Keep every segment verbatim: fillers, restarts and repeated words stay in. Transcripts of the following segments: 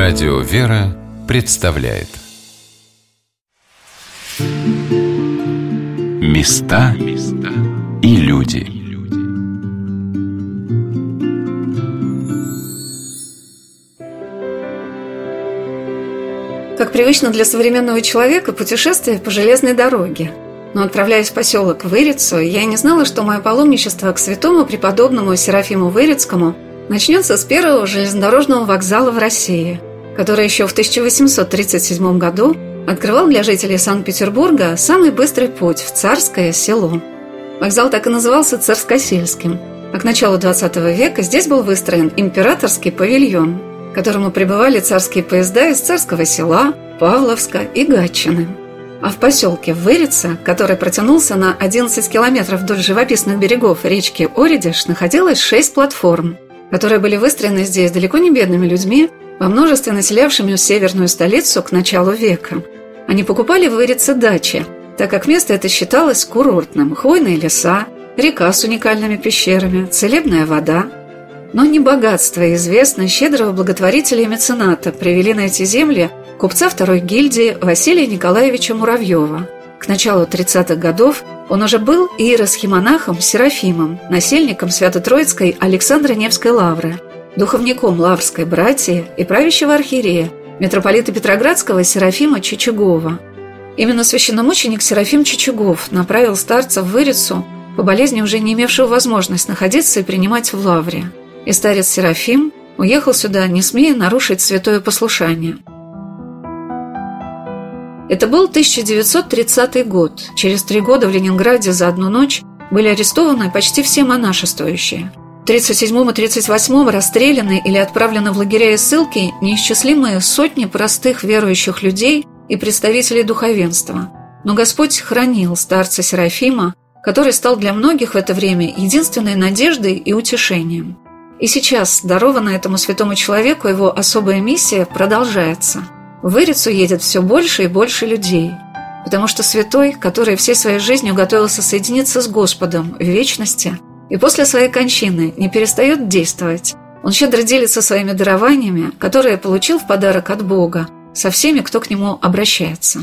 Радио «Вера» представляет Места и люди. Как привычно для современного человека путешествие по железной дороге. Но, отправляясь в поселок Вырицу, я и не знала, что мое паломничество к святому преподобному Серафиму Вырицкому начнется с первого железнодорожного вокзала в России, который еще в тысяча восемьсот тридцать седьмом году открывал для жителей Санкт-Петербурга самый быстрый путь в Царское Село. Вокзал так и назывался Царскосельским, а к началу двадцатого века здесь был выстроен императорский павильон, к которому прибывали царские поезда из Царского Села, Павловска и Гатчины. А в поселке Вырица, который протянулся на одиннадцать километров вдоль живописных берегов речки Оридиш, находилось шесть платформ, которые были выстроены здесь далеко не бедными людьми, во множестве населявшими северную столицу к началу века. Они покупали в Вырице дачи, так как место это считалось курортным: хвойные леса, река с уникальными пещерами, целебная вода. Но не богатство и известность щедрого благотворителя и мецената привели на эти земли купца второй гильдии Василия Николаевича Муравьева. К началу тридцатых годов он уже был иеросхимонахом Серафимом, насельником Свято-Троицкой Александро-Невской лавры, духовником Лаврской братии и правящего архиерея, митрополита Петроградского Серафима Чичугова. Именно священномученик Серафим Чичугов направил старца в Вырицу по болезни, уже не имевшего возможность находиться и принимать в лавре. И старец Серафим уехал сюда, не смея нарушить святое послушание. Это был тысяча девятьсот тридцатый год. Через три года в Ленинграде за одну ночь были арестованы почти все монашествующие. В тридцать седьмом и тридцать восьмом расстреляны или отправлены в лагеря и ссылки неисчислимые сотни простых верующих людей и представителей духовенства. Но Господь хранил старца Серафима, который стал для многих в это время единственной надеждой и утешением. И сейчас, дарованная этому святому человеку, его особая миссия продолжается. В Вырицу едет все больше и больше людей, потому что святой, который всей своей жизнью готовился соединиться с Господом в вечности и после своей кончины не перестает действовать, он щедро делится своими дарованиями, которые получил в подарок от Бога, со всеми, кто к нему обращается.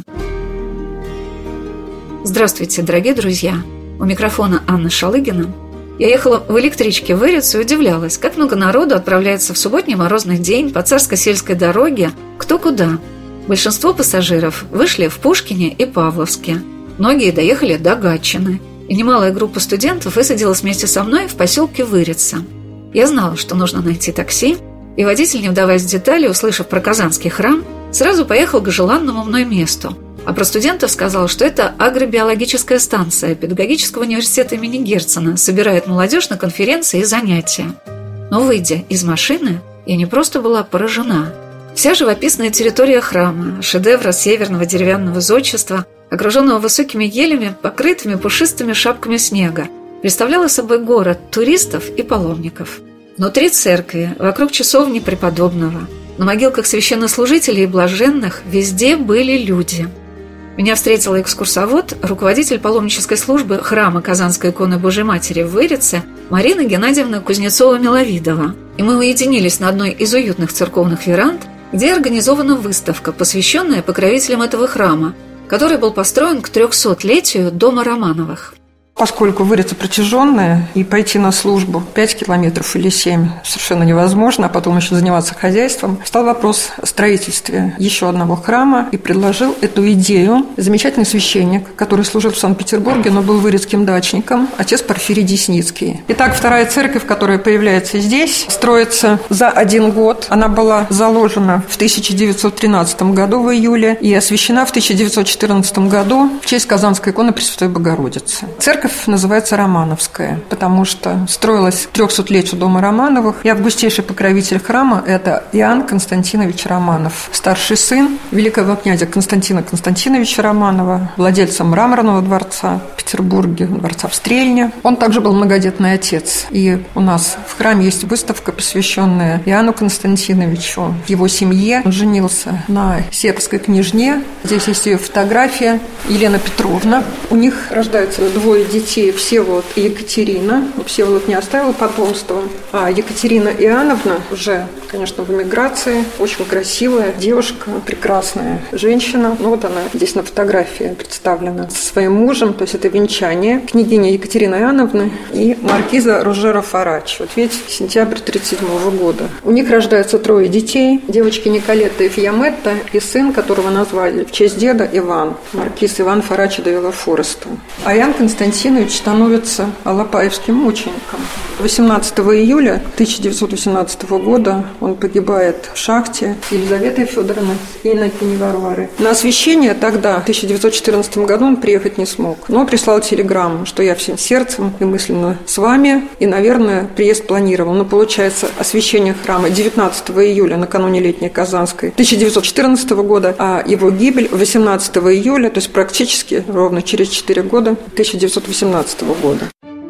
Здравствуйте, дорогие друзья! У микрофона Анна Шалыгина. Я ехала в электричке в Вырицу и удивлялась, как много народу отправляется в субботний морозный день по Царско-сельской дороге кто куда. Большинство пассажиров вышли в Пушкине и Павловске. Многие доехали до Гатчины. И немалая группа студентов высадилась вместе со мной в поселке Вырица. Я знала, что нужно найти такси, и водитель, не вдаваясь в детали, услышав про Казанский храм, сразу поехал к желанному мной месту. А про студентов сказал, что это агробиологическая станция педагогического университета имени Герцена собирает молодежь на конференции и занятия. Но, выйдя из машины, я не просто была поражена. Вся живописная территория храма, шедевра северного деревянного зодчества, окруженного высокими елями, покрытыми пушистыми шапками снега, представляла собой город туристов и паломников. Внутри церкви, вокруг часовни преподобного, на могилках священнослужителей и блаженных везде были люди. Меня встретила экскурсовод, руководитель паломнической службы храма Казанской иконы Божией Матери в Вырице Марина Геннадьевна Кузнецова-Миловидова. И мы уединились на одной из уютных церковных веранд, где организована выставка, посвященная покровителям этого храма, который был построен к трехсотлетию дома Романовых. Поскольку Вырица протяженная, и пойти на службу пять километров или семь совершенно невозможно, а потом еще заниматься хозяйством, стал вопрос о строительстве еще одного храма, и предложил эту идею замечательный священник, который служил в Санкт-Петербурге, но был вырицким дачником, отец Порфирий Десницкий. Итак, вторая церковь, которая появляется здесь, строится за один год. Она была заложена в тысяча девятьсот тринадцатом году в июле и освящена в тысяча девятьсот четырнадцатом году в честь Казанской иконы Пресвятой Богородицы. Церковь называется Романовская, потому что строилась к трехсотлетию дома Романовых, и августейший покровитель храма – это Иоанн Константинович Романов, старший сын великого князя Константина Константиновича Романова, владельца Мраморного дворца в Петербурге, дворца в Стрельне. Он также был многодетный отец, и у нас в храме есть выставка, посвященная Иоанну Константиновичу, его семье. Он женился на сербской княжне, здесь есть ее фотография, Елена Петровна. У них рождаются двое детей. детей Всеволод и Екатерина. Всеволод не оставил потомства, а Екатерина Иоанновна уже, конечно, в эмиграции, очень красивая девушка, прекрасная женщина. Ну вот она здесь на фотографии представлена со своим мужем, то есть это венчание княгини Екатерины Иоанновны и маркиза Ружера Фарачи. Вот видите, сентябрь тридцать седьмого года. У них рождаются трое детей. Девочки Николетта и Фьяметта и сын, которого назвали в честь деда Иван, маркиз Иван Фарачи де Виллафореста. А Иоанн Константинович становится алапаевским мучеником. восемнадцатого июля тысяча девятьсот восемнадцатого года он погибает в шахте Елизаветы Федоровны и Иннокентии Варвары. На освящение тогда, в тысяча девятьсот четырнадцатом году, он приехать не смог, но прислал телеграмму, что я всем сердцем и мысленно с вами, и, наверное, приезд планировал. Но, получается, освящение храма девятнадцатого июля, накануне летней Казанской, тысяча девятьсот четырнадцатого года, а его гибель восемнадцатого июля, то есть практически ровно через четыре года, тысяча девятьсот восемнадцатого года.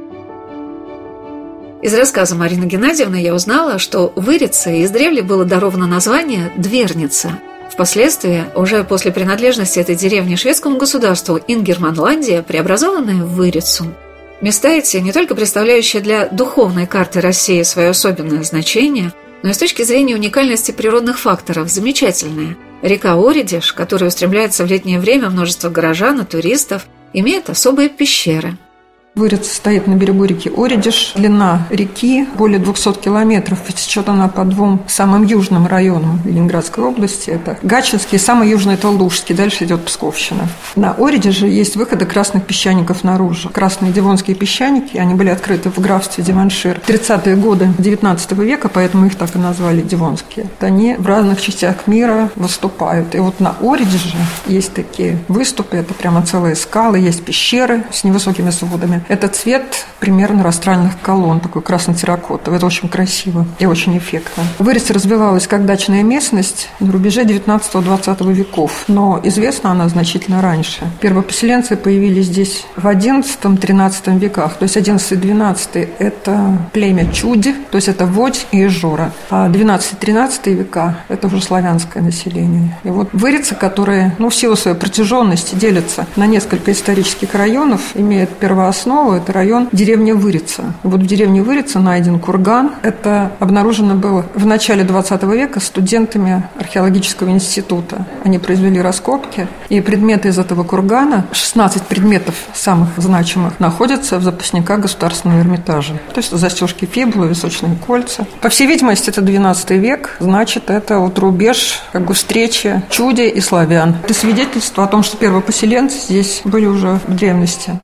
Из рассказа Марины Геннадьевны я узнала, что Вырице издревле было даровано название «Дверница». Впоследствии, уже после принадлежности этой деревни шведскому государству Ингерманландия, преобразованная в Вырицу. Места эти, не только представляющие для духовной карты России свое особенное значение, но и с точки зрения уникальности природных факторов замечательные. Река Оридиш, которая устремляется в летнее время множество горожан и туристов, имеет особые пещеры. Вырица стоит на берегу реки Оридиш. Длина реки более двухсот километров. Течет она по двум самым южным районам Ленинградской области. Это Гатчинский и самый южный – это Лужский. Дальше идет Псковщина. На Оридиже есть выходы красных песчаников наружу. Красные девонские песчаники, они были открыты в графстве Девоншир в тридцатые годы девятнадцатого века, поэтому их так и назвали девонские. Они в разных частях мира выступают. И вот на Оридиже есть такие выступы, это прямо целые скалы, есть пещеры с невысокими сводами. Это цвет примерно растральных колонн, такой красно-терракотовый. Это очень красиво и очень эффектно. Вырица развивалась как дачная местность на рубеже девятнадцатого-двадцатого веков, но известна она значительно раньше. Первопоселенцы появились здесь в одиннадцатом-тринадцатом веках, то есть одиннадцатый-двенадцатый – это племя Чуди, то есть это Водь и Ижора, а двенадцатый-тринадцатый века – это уже славянское население. И вот Вырица, которая, ну, в силу своей протяженности делится на несколько исторических районов, имеет первооснову. Это район деревни Вырица. И вот в деревне Вырица найден курган. Это обнаружено было в начале двадцатого века студентами археологического института. Они произвели раскопки, и предметы из этого кургана, шестнадцать предметов самых значимых, находятся в запасниках Государственного Эрмитажа. То есть застежки фибулы, височные кольца. По всей видимости, это двенадцатый век, значит, это вот рубеж как бы встречи Чуди и славян. Это свидетельство о том, что первопоселенцы здесь были уже в древности.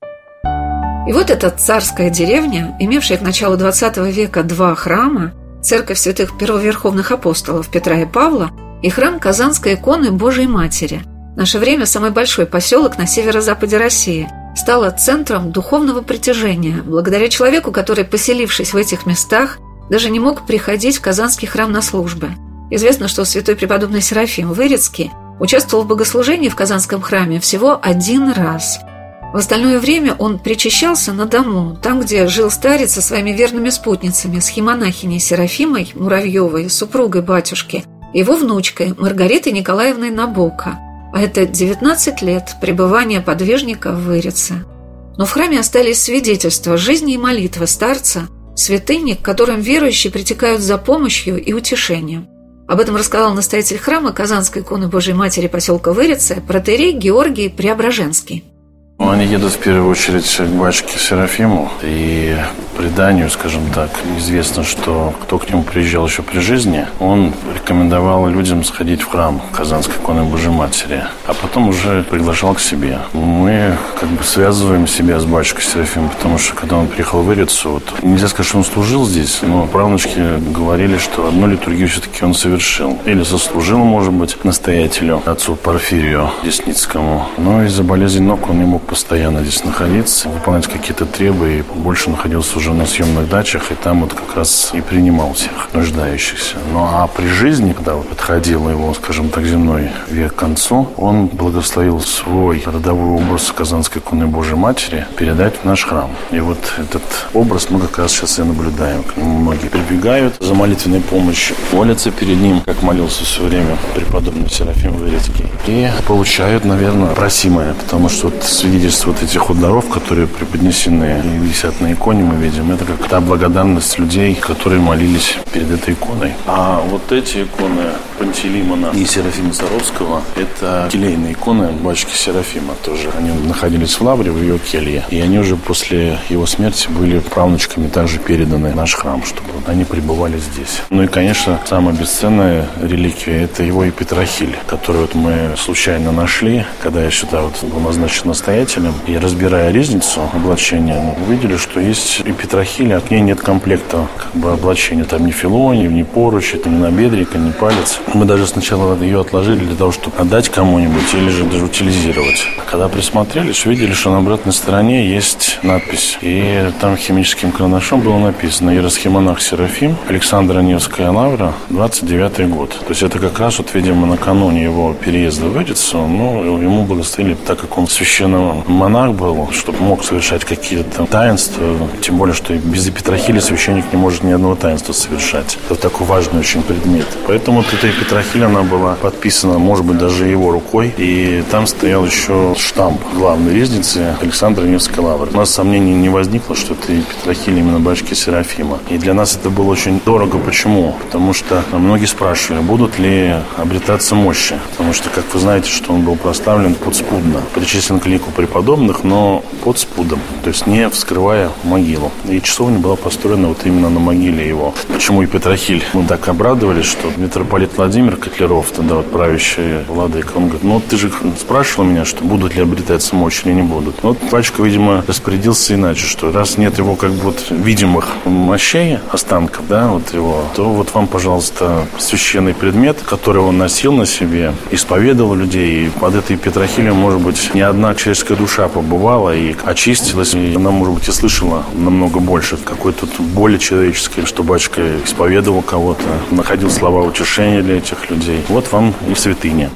И вот эта царская деревня, имевшая к началу двадцатого века два храма, церковь святых первоверховных апостолов Петра и Павла и храм Казанской иконы Божией Матери, в наше время самый большой поселок на северо-западе России, стала центром духовного притяжения, благодаря человеку, который, поселившись в этих местах, даже не мог приходить в Казанский храм на службы. Известно, что святой преподобный Серафим Вырицкий участвовал в богослужении в Казанском храме всего один раз. В остальное время он причащался на дому, там, где жил старец со своими верными спутницами, схимонахиней Серафимой Муравьевой, супругой батюшки, его внучкой Маргаритой Николаевной Набоко. А это девятнадцать лет пребывания подвижника в Вырице. Но в храме остались свидетельства жизни и молитвы старца, святыни, к которым верующие притекают за помощью и утешением. Об этом рассказал настоятель храма Казанской иконы Божией Матери поселка Вырица протоиерей Георгий Преображенский. Они едут в первую очередь к батюшке Серафиму, и по преданию, скажем так, известно, что кто к нему приезжал еще при жизни, он рекомендовал людям сходить в храм Казанской иконы Божией Матери, а потом уже приглашал к себе. Мы как бы связываем себя с батюшкой Серафимом, потому что когда он приехал в Вырицу, вот, нельзя сказать, что он служил здесь, но правнучки говорили, что одну литургию все-таки он совершил. Или сослужил, может быть, настоятелю, отцу Порфирию Десницкому, но из-за болезни ног он не мог постоянно здесь находиться, выполнять какие-то требы, и больше находился уже на съемных дачах, и там вот как раз и принимал всех нуждающихся. Ну а при жизни, когда подходил его, скажем так, земной век к концу, он благословил свой родовой образ Казанской иконы Божией Матери передать в наш храм. И вот этот образ мы как раз сейчас и наблюдаем. К нему многие прибегают за молитвенной помощью, молятся перед ним, как молился все время преподобный Серафим Вырицкий, и получают, наверное, просимое, потому что вот свидетельство свидетельство вот этих вот даров, которые преподнесены и висят на иконе, мы видим, это как та благодарность людей, которые молились перед этой иконой. А вот эти иконы Пантелеймона и Серафима Саровского – это келейные иконы батюшки Серафима тоже. Они находились в Лавре, в ее келье, и они уже после его смерти были правнучками также переданы в наш храм, чтобы они пребывали здесь. Ну и, конечно, самая бесценная реликвия – это его епитрахиль, который вот мы случайно нашли, когда я сюда вот был назначен настоятелем, и разбирая ризницу облачения, увидели, что есть епитрахиль, а к ней нет комплекта как бы облачения. Там ни филоний, ни поручи, ни набедрика, ни палец. Мы даже сначала ее отложили для того, чтобы отдать кому-нибудь или же даже утилизировать. Когда присмотрелись, увидели, что на обратной стороне есть надпись. И там химическим карандашом было написано: «Иеросхимонах Серафим, Александра Невская лавра, двадцать девятый год». То есть это как раз, вот, видимо, накануне его переезда в Вырицу, ну, ему благословили, так как он священный монах был, чтобы мог совершать какие-то таинства, тем более, что без епитрахиля священник не может ни одного таинства совершать. Это такой важный очень предмет. Поэтому вот эта епитрахиль, она была подписана, может быть, даже его рукой, и там стоял еще штамп главной ризницы Александра Невской лавры. У нас сомнений не возникло, что это епитрахиль именно батюшки Серафима. И для нас это было очень дорого. Почему? Потому что многие спрашивали, будут ли обретаться мощи. Потому что, как вы знаете, что он был проставлен подспудно, причислен к лику преподобных, но под спудом, то есть не вскрывая могилу. И часовня была построена вот именно на могиле его. Почему епитрахиль? Мы так обрадовались, что митрополит Владимир Котляров, тогда вот правящий владыка, он говорит: ну ты же спрашивал меня, что будут ли обретаться мощи или не будут. Вот батюшка, видимо, распорядился иначе, что раз нет его как бы вот видимых мощей, останков, да, вот его, то вот вам, пожалуйста, священный предмет, который он носил на себе, исповедовал людей, и под этой епитрахилем, может быть, ни одна человеческая душа побывала и очистилась, и она, может быть, и слышала намного больше какой-то боли человеческой, что батюшка исповедовал кого-то, находил слова утешения для этих людей. Вот вам и святыня.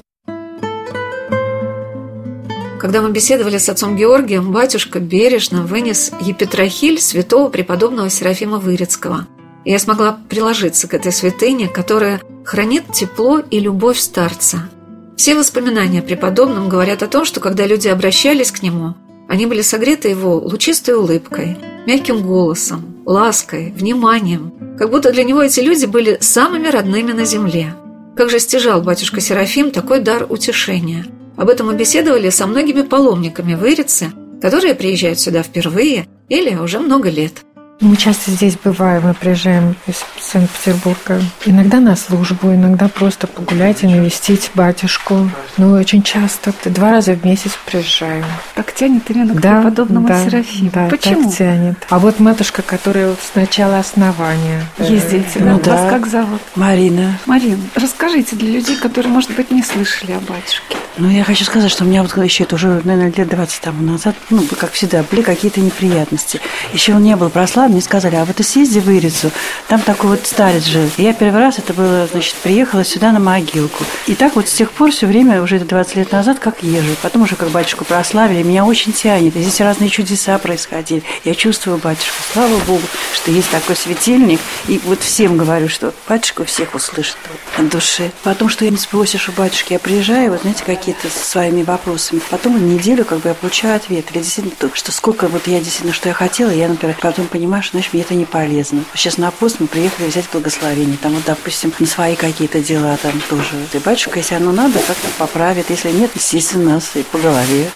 Когда мы беседовали с отцом Георгием, батюшка бережно вынес епитрахиль святого преподобного Серафима Вырицкого. И я смогла приложиться к этой святыне, которая хранит тепло и любовь старца. Все воспоминания о преподобном говорят о том, что когда люди обращались к нему, они были согреты его лучистой улыбкой, мягким голосом, лаской, вниманием, как будто для него эти люди были самыми родными на земле. Как же стяжал батюшка Серафим такой дар утешения. Об этом мы беседовали со многими паломниками Вырицы, которые приезжают сюда впервые или уже много лет. Мы часто здесь бываем, мы приезжаем из Санкт-Петербурга. Иногда на службу, иногда просто погулять и навестить батюшку. Но очень часто, два раза в месяц приезжаем. Так тянет именно к да, преподобному да, Серафиму. Да, почему? Так тянет. А вот матушка, которая с начала основания ездите, ну, да? да. Вас как зовут? Марина. Марина, расскажите для людей, которые, может быть, не слышали о батюшке. Ну, я хочу сказать, что у меня вот еще это уже, наверное, лет двадцать тому назад, ну, как всегда, были какие-то неприятности. Еще он не был прославлен, мне сказали: а вот ты съезди в Вырицу, там такой вот старец жил. И я первый раз, это было, значит, приехала сюда на могилку. И так вот с тех пор все время, уже двадцать лет назад, как езжу. Потом уже как батюшку прославили, меня очень тянет. И здесь разные чудеса происходили. Я чувствую батюшку. Слава Богу, что есть такой светильник. И вот всем говорю, что батюшка всех услышит вот, от души. Потом, что я не спросишь у батюшки, я приезжаю, вот знаете, какие-то со своими вопросами. Потом в неделю как бы я получаю ответ. Я действительно, что сколько вот я действительно, что я хотела, я, например, потом понимаю, что, знаешь, мне это не полезно. Сейчас на пост мы приехали взять благословение. Там вот, допустим, на свои какие-то дела там тоже. И батюшка, если оно надо, как-то поправит. Если нет, естественно, нас и по голове.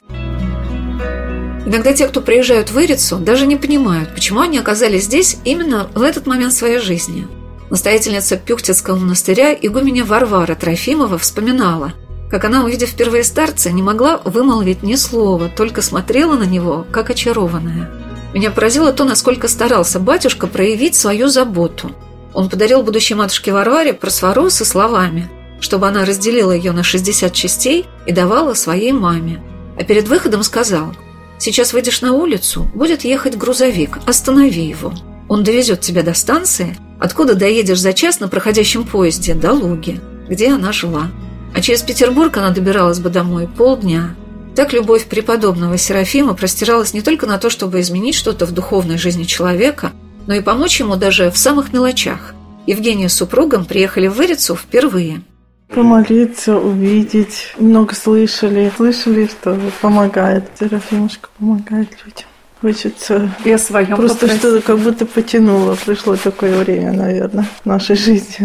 Иногда те, кто приезжают в Вырицу, даже не понимают, почему они оказались здесь именно в этот момент своей жизни. Настоятельница Пюхтицкого монастыря игуменя Варвара Трофимова вспоминала, как она, увидев впервые старца, не могла вымолвить ни слова, только смотрела на него, как очарованная. Меня поразило то, насколько старался батюшка проявить свою заботу. Он подарил будущей матушке Варваре просфору со словами, чтобы она разделила ее на шестьдесят частей и давала своей маме. А перед выходом сказал: «Сейчас выйдешь на улицу, будет ехать грузовик, останови его. Он довезет тебя до станции, откуда доедешь за час на проходящем поезде до Луги, где она жила. А через Петербург она добиралась бы домой полдня». Так любовь преподобного Серафима простиралась не только на то, чтобы изменить что-то в духовной жизни человека, но и помочь ему даже в самых мелочах. Евгения с супругом приехали в Вырицу впервые. Помолиться, увидеть. Много слышали. Слышали, что помогает. Серафимушка помогает людям. Хочется И о своем просто попросить. что-то как будто потянуло. Пришло такое время, наверное, в нашей жизни.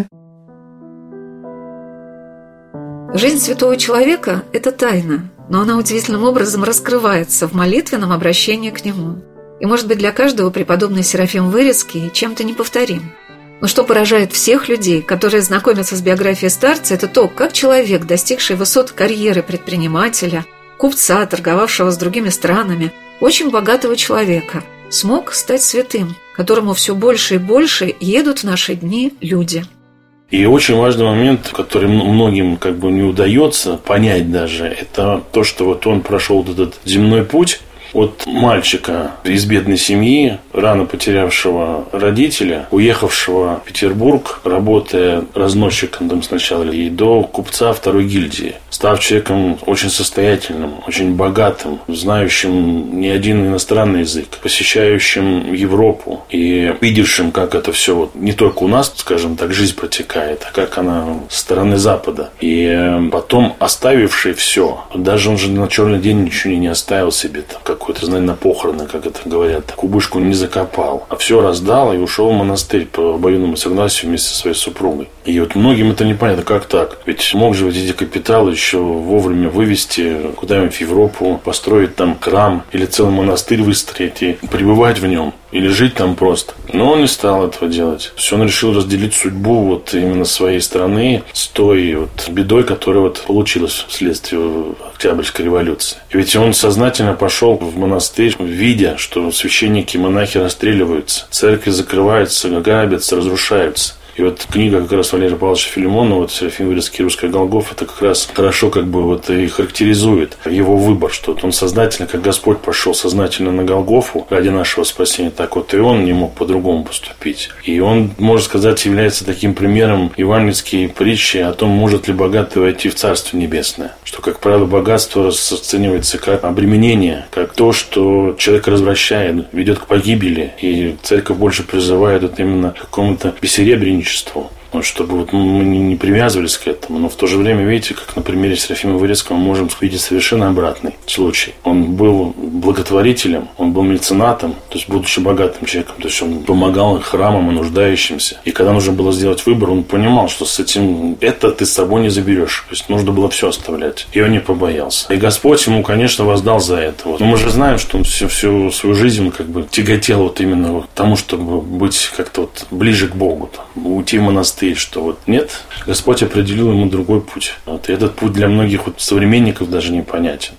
Жизнь святого человека – это тайна, но она удивительным образом раскрывается в молитвенном обращении к нему. И, может быть, для каждого преподобный Серафим Вырицкий чем-то неповторим. Но что поражает всех людей, которые знакомятся с биографией старца, это то, как человек, достигший высот карьеры предпринимателя, купца, торговавшего с другими странами, очень богатого человека, смог стать святым, которому все больше и больше едут в наши дни люди. И очень важный момент, который многим как бы не удается понять даже, это то, что вот он прошел вот этот земной путь от мальчика из бедной семьи, рано потерявшего родителя, уехавшего в Петербург, работая разносчиком там сначала, и до купца второй гильдии, став человеком очень состоятельным, очень богатым, знающим не один иностранный язык, посещающим Европу и видевшим, как это все вот не только у нас, скажем так, жизнь протекает, а как она со стороны Запада. И потом оставивший все, даже он же на черный день ничего не оставил себе, там, какой-то, знаете, на похороны, как это говорят, кубышку не закопал, а все раздал и ушел в монастырь по обоюдному согласию вместе со своей супругой. И вот многим это непонятно, как так? Ведь мог же вот эти капиталы еще вовремя вывести куда-нибудь в Европу, построить там храм или целый монастырь выстроить и пребывать в нем. Или жить там просто. Но он не стал этого делать. Все, он решил разделить судьбу вот именно своей страны с той вот бедой, которая вот получилась вследствие Октябрьской революции. И ведь он сознательно пошел в монастырь, видя, что священники и монахи расстреливаются, церкви закрываются, грабятся, разрушаются. И вот книга как раз Валерия Павловича Филимонова, вот Серафим Вырицкий «Русская Голгофа», это как раз хорошо как бы вот и характеризует его выбор, что вот он сознательно, как Господь пошел сознательно на Голгофу ради нашего спасения, так вот и он не мог по-другому поступить. И он, можно сказать, является таким примером евангельской притчи о том, может ли богатый войти в Царство Небесное. Что, как правило, богатство расценивается как обременение, как то, что человека развращает, ведет к погибели. И церковь больше призывает вот именно к какому-то бессеребреничеству, вот, чтобы вот мы не привязывались к этому. Но в то же время, видите, как на примере Серафима Вырицкого мы можем видеть совершенно обратный случай. Он был благотворителем, он был меценатом, то есть будучи богатым человеком, то есть он помогал храмам и нуждающимся. И когда нужно было сделать выбор, он понимал, что с этим это ты с собой не заберешь. То есть нужно было все оставлять. И он не побоялся. И Господь ему, конечно, воздал за это. Вот. Но мы же знаем, что он всю, всю свою жизнь как бы тяготел вот именно вот к тому, чтобы быть как-то вот ближе к Богу, там, уйти в монастырь. Что вот нет, Господь определил ему другой путь. Вот, и этот путь для многих вот современников даже непонятен.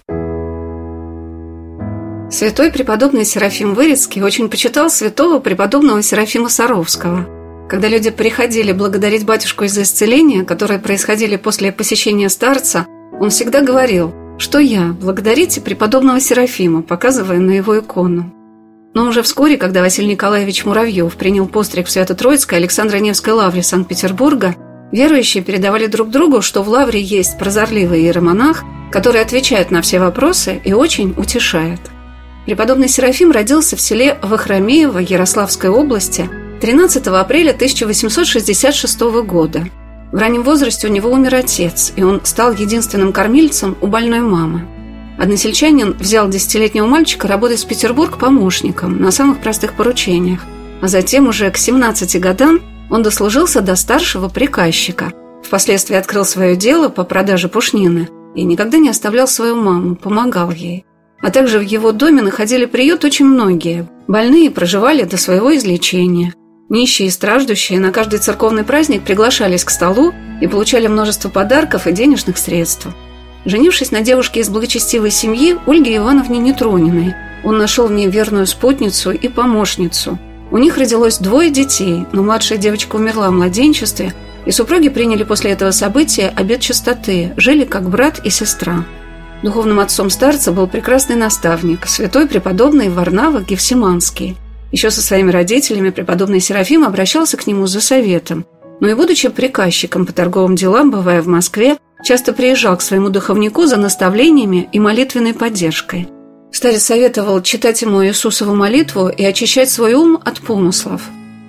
Святой преподобный Серафим Вырицкий очень почитал святого преподобного Серафима Саровского. Когда люди приходили благодарить батюшку из-за исцеления, которые происходили после посещения старца, он всегда говорил, что я, благодарите преподобного Серафима, показывая на его икону. Но уже вскоре, когда Василий Николаевич Муравьев принял постриг в Свято-Троицкой Александро-Невской лавре Санкт-Петербурга, верующие передавали друг другу, что в лавре есть прозорливый иеромонах, который отвечает на все вопросы и очень утешает. Преподобный Серафим родился в селе Вахромеево Ярославской области тринадцатого апреля тысяча восемьсот шестьдесят шестого года. В раннем возрасте у него умер отец, и он стал единственным кормильцем у больной мамы. Односельчанин взял десятилетнего мальчика работать в Петербург помощником на самых простых поручениях, а затем уже к семнадцати годам он дослужился до старшего приказчика. Впоследствии открыл свое дело по продаже пушнины и никогда не оставлял свою маму, помогал ей. А также в его доме находили приют очень многие. Больные проживали до своего излечения. Нищие и страждущие на каждый церковный праздник приглашались к столу и получали множество подарков и денежных средств. Женившись на девушке из благочестивой семьи Ольге Ивановне Нетрониной, он нашел в ней верную спутницу и помощницу. У них родилось двое детей, но младшая девочка умерла в младенчестве, и супруги приняли после этого события обет чистоты, жили как брат и сестра. Духовным отцом старца был прекрасный наставник, святой преподобный Варнава Гефсиманский. Еще со своими родителями преподобный Серафим обращался к нему за советом, но и будучи приказчиком по торговым делам, бывая в Москве, часто приезжал к своему духовнику за наставлениями и молитвенной поддержкой. Старец советовал читать ему Иисусову молитву и очищать свой ум от помыслов.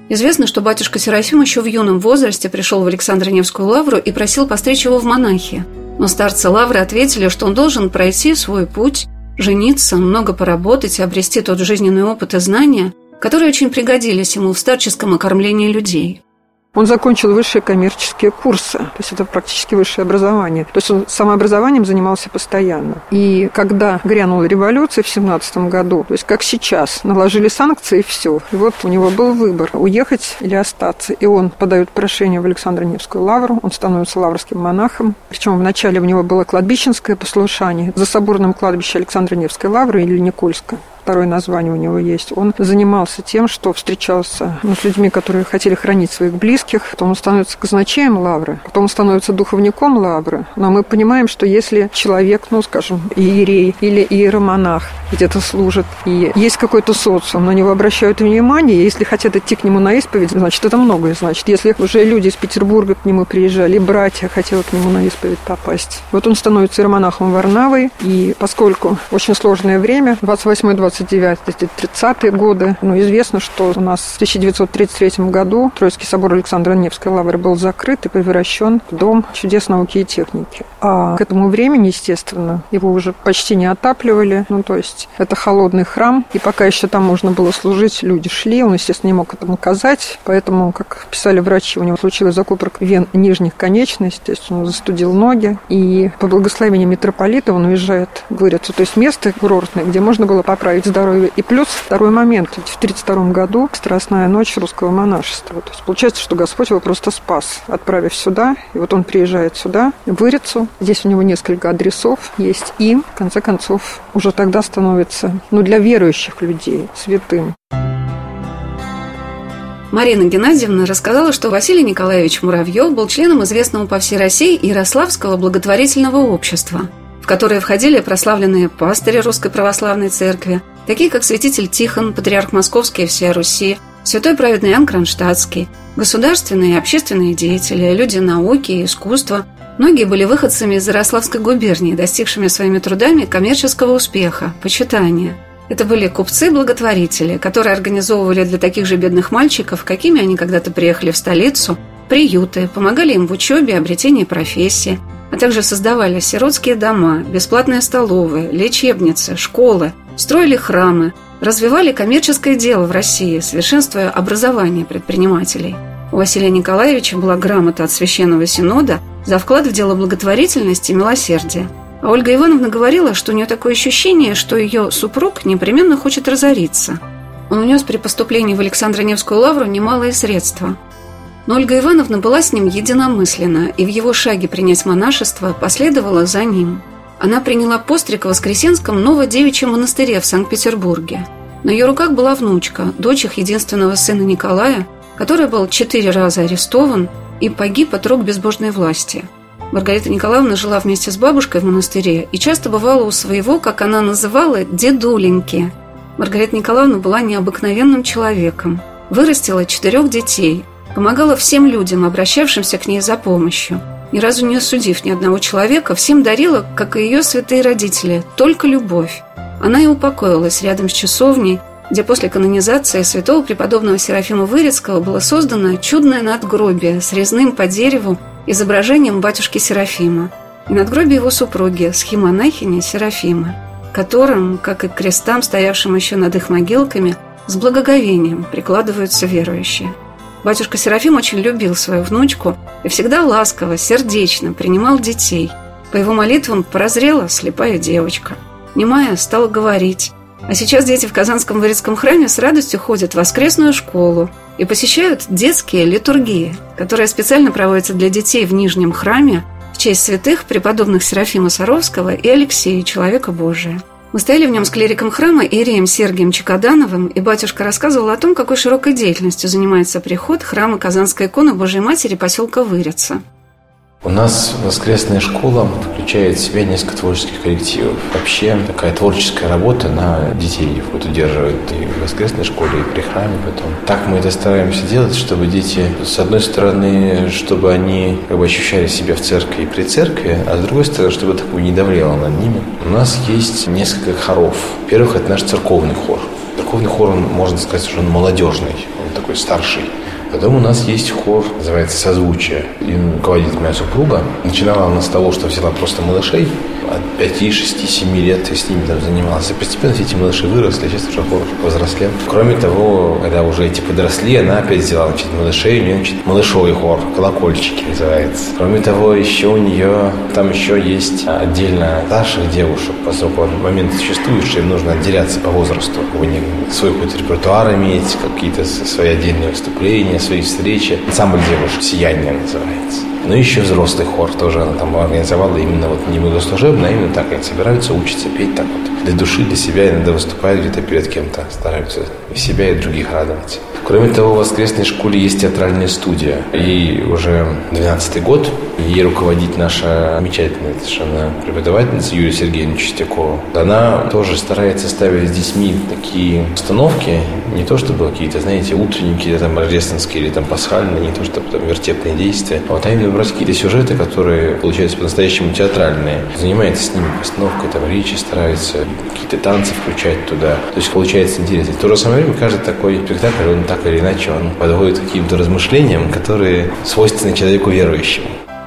Известно, что батюшка Серафим еще в юном возрасте пришел в Александро-Невскую лавру и просил постричь его в монахи. Но старцы лавры ответили, что он должен пройти свой путь, жениться, много поработать и обрести тот жизненный опыт и знания, которые очень пригодились ему в старческом окормлении людей. Он закончил высшие коммерческие курсы, то есть это практически высшее образование. То есть он самообразованием занимался постоянно. И когда грянула революция в семнадцатом году, то есть как сейчас, наложили санкции и все. И вот у него был выбор, уехать или остаться. И он подает прошение в Александро-Невскую лавру, он становится лаврским монахом. Причем вначале у него было кладбищенское послушание за соборным кладбищем Александро-Невской лавры или Никольска. Второе название у него есть. Он занимался тем, что встречался ну, с людьми, которые хотели хранить своих близких. Потом он становится казначеем лавры, потом он становится духовником лавры. Но мы понимаем, что если человек, ну, скажем, иерей или иеромонах где-то служит, и есть какой-то социум, на него обращают внимание, и если хотят идти к нему на исповедь, значит, это многое значит. Если уже люди из Петербурга к нему приезжали, и братья хотели к нему на исповедь попасть. Вот он становится иеромонахом Варнавой, и поскольку очень сложное время, двадцать восьмой двадцать девятый тридцатые годы. Ну, известно, что у нас в тысяча девятьсот тридцать третьем году Троицкий собор Александро-Невской лавры был закрыт и превращен в Дом чудес науки и техники. А к этому времени, естественно, его уже почти не отапливали. Ну, то есть это холодный храм, и пока еще там можно было служить, люди шли. Он, естественно, не мог этому казать, поэтому, как писали врачи, у него случилась закупорка вен нижних конечностей, то есть он застудил ноги, и по благословению митрополита он уезжает в Вырицу, то есть место курортное, где можно было поправить здоровье. И плюс второй момент. В тридцать втором году Страстная ночь русского монашества. То есть получается, что Господь его просто спас, отправив сюда. И вот он приезжает сюда, в Вырицу. Здесь у него несколько адресов есть. И, в конце концов, уже тогда становится, ну, для верующих людей святым. Марина Геннадьевна рассказала, что Василий Николаевич Муравьев был членом известного по всей России Ярославского благотворительного общества, в которое входили прославленные пастыри Русской Православной Церкви, такие как святитель Тихон, патриарх Московский и всея Руси, святой праведный Иоанн Кронштадтский, государственные и общественные деятели, люди науки и искусства. Многие были выходцами из Ярославской губернии, достигшими своими трудами коммерческого успеха, почитания. Это были купцы-благотворители, которые организовывали для таких же бедных мальчиков, какими они когда-то приехали в столицу, приюты, помогали им в учебе и обретении профессии, а также создавали сиротские дома, бесплатные столовые, лечебницы, школы, строили храмы, развивали коммерческое дело в России, совершенствуя образование предпринимателей. У Василия Николаевича была грамота от Священного Синода за вклад в дело благотворительности и милосердия. А Ольга Ивановна говорила, что у нее такое ощущение, что ее супруг непременно хочет разориться. Он унес при поступлении в Александро-Невскую лавру немалые средства. Но Ольга Ивановна была с ним единомысленна, и в его шаге принять монашество последовала за ним. Она приняла постриг в Воскресенском Новодевичьем монастыре в Санкт-Петербурге. На ее руках была внучка, дочь их единственного сына Николая, который был четыре раза арестован и погиб от рук безбожной власти. Маргарита Николаевна жила вместе с бабушкой в монастыре и часто бывала у своего, как она называла, дедуленьки. Маргарита Николаевна была необыкновенным человеком, вырастила четырех детей, помогала всем людям, обращавшимся к ней за помощью. Ни разу не осудив ни одного человека, всем дарила, как и ее святые родители, только любовь. Она и упокоилась рядом с часовней, где после канонизации святого преподобного Серафима Вырицкого было создано чудное надгробие с резным по дереву изображением батюшки Серафима и надгробие его супруги, схимонахини Серафимы, которым, как и к крестам, стоявшим еще над их могилками, с благоговением прикладываются верующие. Батюшка Серафим очень любил свою внучку и всегда ласково, сердечно принимал детей. По его молитвам прозрела слепая девочка. Немая стала говорить. А сейчас дети в Казанском Вырицком храме с радостью ходят в воскресную школу и посещают детские литургии, которые специально проводятся для детей в Нижнем храме в честь святых преподобных Серафима Саровского и Алексея, человека Божия. Мы стояли в нем с клириком храма иереем Сергием Чекодановым, и батюшка рассказывал о том, какой широкой деятельностью занимается приход храма Казанской иконы Божией Матери поселка Вырица. У нас воскресная школа включает в себя несколько творческих коллективов. Вообще такая творческая работа на детей вот удерживает и в воскресной школе, и при храме потом. Так мы это стараемся делать, чтобы дети, с одной стороны, чтобы они как бы ощущали себя в церкви и при церкви, а с другой стороны, чтобы такое не давлело над ними. У нас есть несколько хоров. Во-первых, это наш церковный хор. Церковный хор, он, можно сказать, уже он молодежный, он такой старший. Потом у нас есть хор, называется «Созвучие». Им руководит моя супруга. Начинала она с того, что взяла просто малышей от пяти, шести, семи лет и с ними там занималась. И постепенно все эти малыши выросли, сейчас уже хор повзрослел. Кроме того, когда уже эти подросли, она опять взяла, значит, малышей, у нее, значит, малышовый хор, колокольчики называется. Кроме того, еще у нее, там еще есть отдельно старших девушек, поскольку в момент существует, что им нужно отделяться по возрасту. У них свой какой-то репертуар иметь, какие-то свои отдельные выступления, свои встречи. Ансамбль девушек «Сияние» называется. Ну и еще взрослый хор тоже она там организовала именно вот не богослужебно, а именно так. Они собираются, учатся петь так вот. Для души, для себя, иногда выступают где-то перед кем-то, стараются и себя, и других радовать. Кроме того, в воскресной школе есть театральная студия. Ей уже двенадцатый год. Ей руководит наша замечательная совершенно преподавательница Юлия Сергеевна Чистякова. Она тоже старается ставить с детьми такие установки, не то чтобы какие-то, знаете, утренники, там, рождественские или там пасхальные, не то чтобы там вертепные действия, вот, а именно брать какие-то сюжеты, которые получаются по-настоящему театральные. Занимается с ними постановкой, там, речи старается, какие-то танцы включать туда. То есть получается интересно. В то же самое время каждый такой спектакль, он так или иначе, он подводит к каким-то размышлениям, которые свойственны человеку верующему.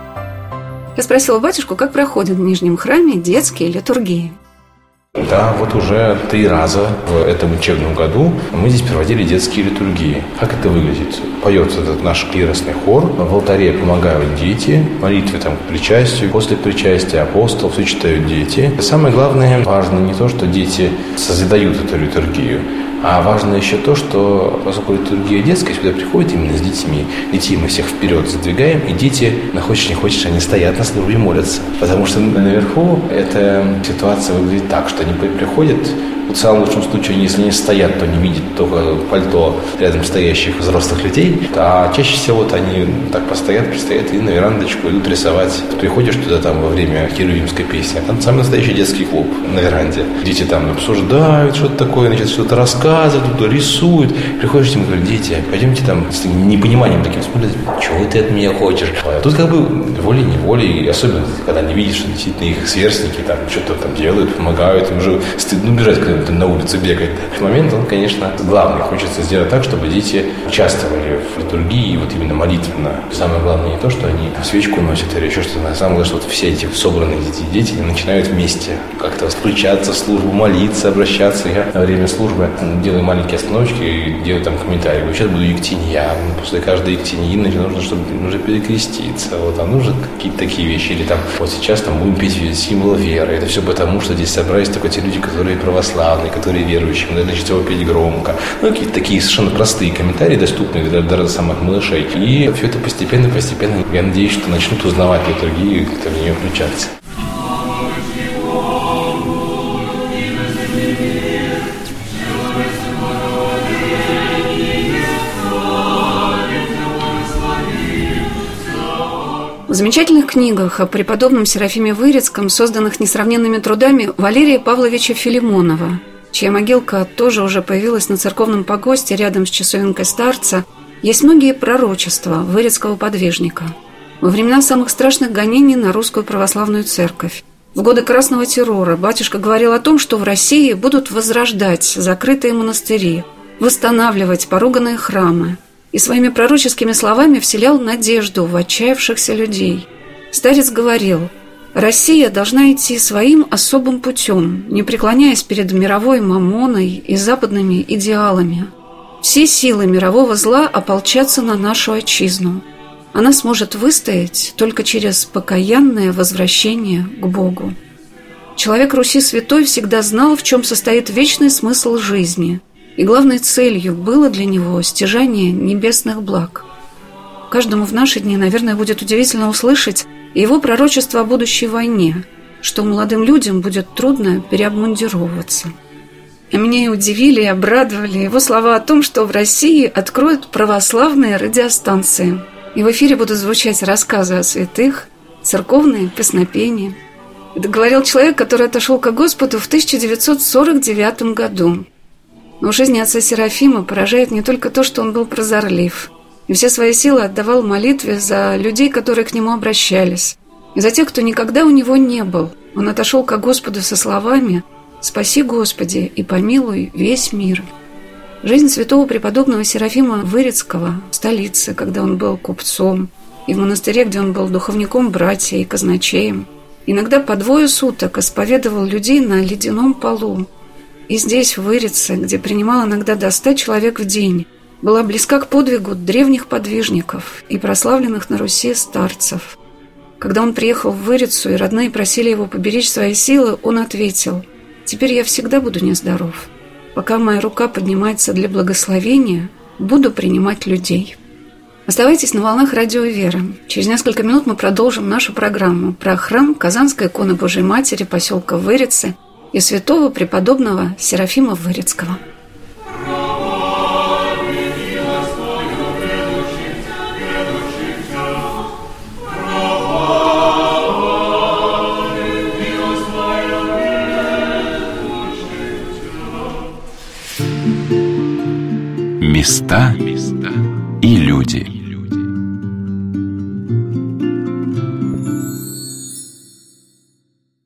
Я спросила батюшку, как проходят в Нижнем храме детские литургии. Да, вот уже три раза в этом учебном году мы здесь проводили детские литургии. Как это выглядит? Поет этот наш клиросный хор, в алтаре помогают дети, молитвы там к причастию, после причастия апостол, все читают дети. Самое главное, важно не то, что дети созидают эту литургию, а важно еще то, что поскольку литургия детская, сюда приходит именно с детьми. Детей мы всех вперед задвигаем, и дети, на хочешь не хочешь, они стоят на службе и молятся. Потому что наверху эта ситуация выглядит так, что они приходят, в самом лучшем случае, если не стоят, то не видят только пальто рядом стоящих взрослых людей. А чаще всего вот они так постоят, пристоят и на верандочку идут рисовать. Приходишь туда там во время херувимской песни, а там самый настоящий детский клуб на веранде. Дети там обсуждают что-то такое, значит, что-то рассказывают, рисуют. Приходишь к ним и говоришь: дети, пойдемте там с непониманием таким смотрят, чего ты от меня хочешь? А тут как бы волей-неволей, особенно когда не видишь, что действительно их сверстники там что-то там делают, помогают, им уже стыдно убежать, когда на улице бегать. В этот момент он, конечно, главный. Хочется сделать так, чтобы дети участвовали в литургии, вот именно молитвенно. Самое главное не то, что они свечку носят или еще что-то. Самое главное, что вот все эти собранные дети, дети начинают вместе как-то включаться в службу, молиться, обращаться. Я во время службы делаю маленькие остановочки и делаю там комментарии. Сейчас буду ектинья. После каждой ектиньи нужно, чтобы нужно перекреститься. Вот, а нужно какие-то такие вещи. Или там вот сейчас там будем петь символ веры. Это все потому, что здесь собрались только те люди, которые православные, которые верующие, надо начать его петь громко. Ну, какие-то такие совершенно простые комментарии, доступные для, для самых малышей. И все это постепенно-постепенно, я надеюсь, что начнут узнавать литургию и как-то в нее включаться. В замечательных книгах о преподобном Серафиме Вырицком, созданных несравненными трудами Валерия Павловича Филимонова, чья могилка тоже уже появилась на церковном погосте рядом с часовенкой старца, есть многие пророчества Вырицкого подвижника. Во времена самых страшных гонений на русскую православную церковь, в годы Красного террора, батюшка говорил о том, что в России будут возрождать закрытые монастыри, восстанавливать поруганные храмы, и своими пророческими словами вселял надежду в отчаявшихся людей. Старец говорил: «Россия должна идти своим особым путем, не преклоняясь перед мировой мамоной и западными идеалами. Все силы мирового зла ополчатся на нашу отчизну. Она сможет выстоять только через покаянное возвращение к Богу». Человек Руси святой всегда знал, в чем состоит вечный смысл жизни, и главной целью было для него стяжание небесных благ. Каждому в наши дни, наверное, будет удивительно услышать его пророчество о будущей войне, что молодым людям будет трудно переобмундировываться. А меня и удивили, и обрадовали его слова о том, что в России откроют православные радиостанции, и в эфире будут звучать рассказы о святых, церковные песнопения. Это говорил человек, который отошел ко Господу в тысяча девятьсот сорок девятом году. Но в жизни отца Серафима поражает не только то, что он был прозорлив, и все свои силы отдавал молитве за людей, которые к нему обращались, и за тех, кто никогда у него не был. Он отошел ко Господу со словами: «Спаси, Господи, и помилуй весь мир». Жизнь святого преподобного Серафима Вырицкого в столице, когда он был купцом, и в монастыре, где он был духовником братья и казначеем, иногда по двое суток исповедовал людей на ледяном полу. И здесь, в Вырице, где принимал иногда до ста человек в день, была близка к подвигу древних подвижников и прославленных на Руси старцев. Когда он приехал в Вырицу, и родные просили его поберечь свои силы, он ответил: «Теперь я всегда буду нездоров. Пока моя рука поднимается для благословения, буду принимать людей». Оставайтесь на волнах радио «Вера». Через несколько минут мы продолжим нашу программу про храм Казанской иконы Божией Матери поселка Вырицы и святого преподобного Серафима Вырицкого. Места и люди.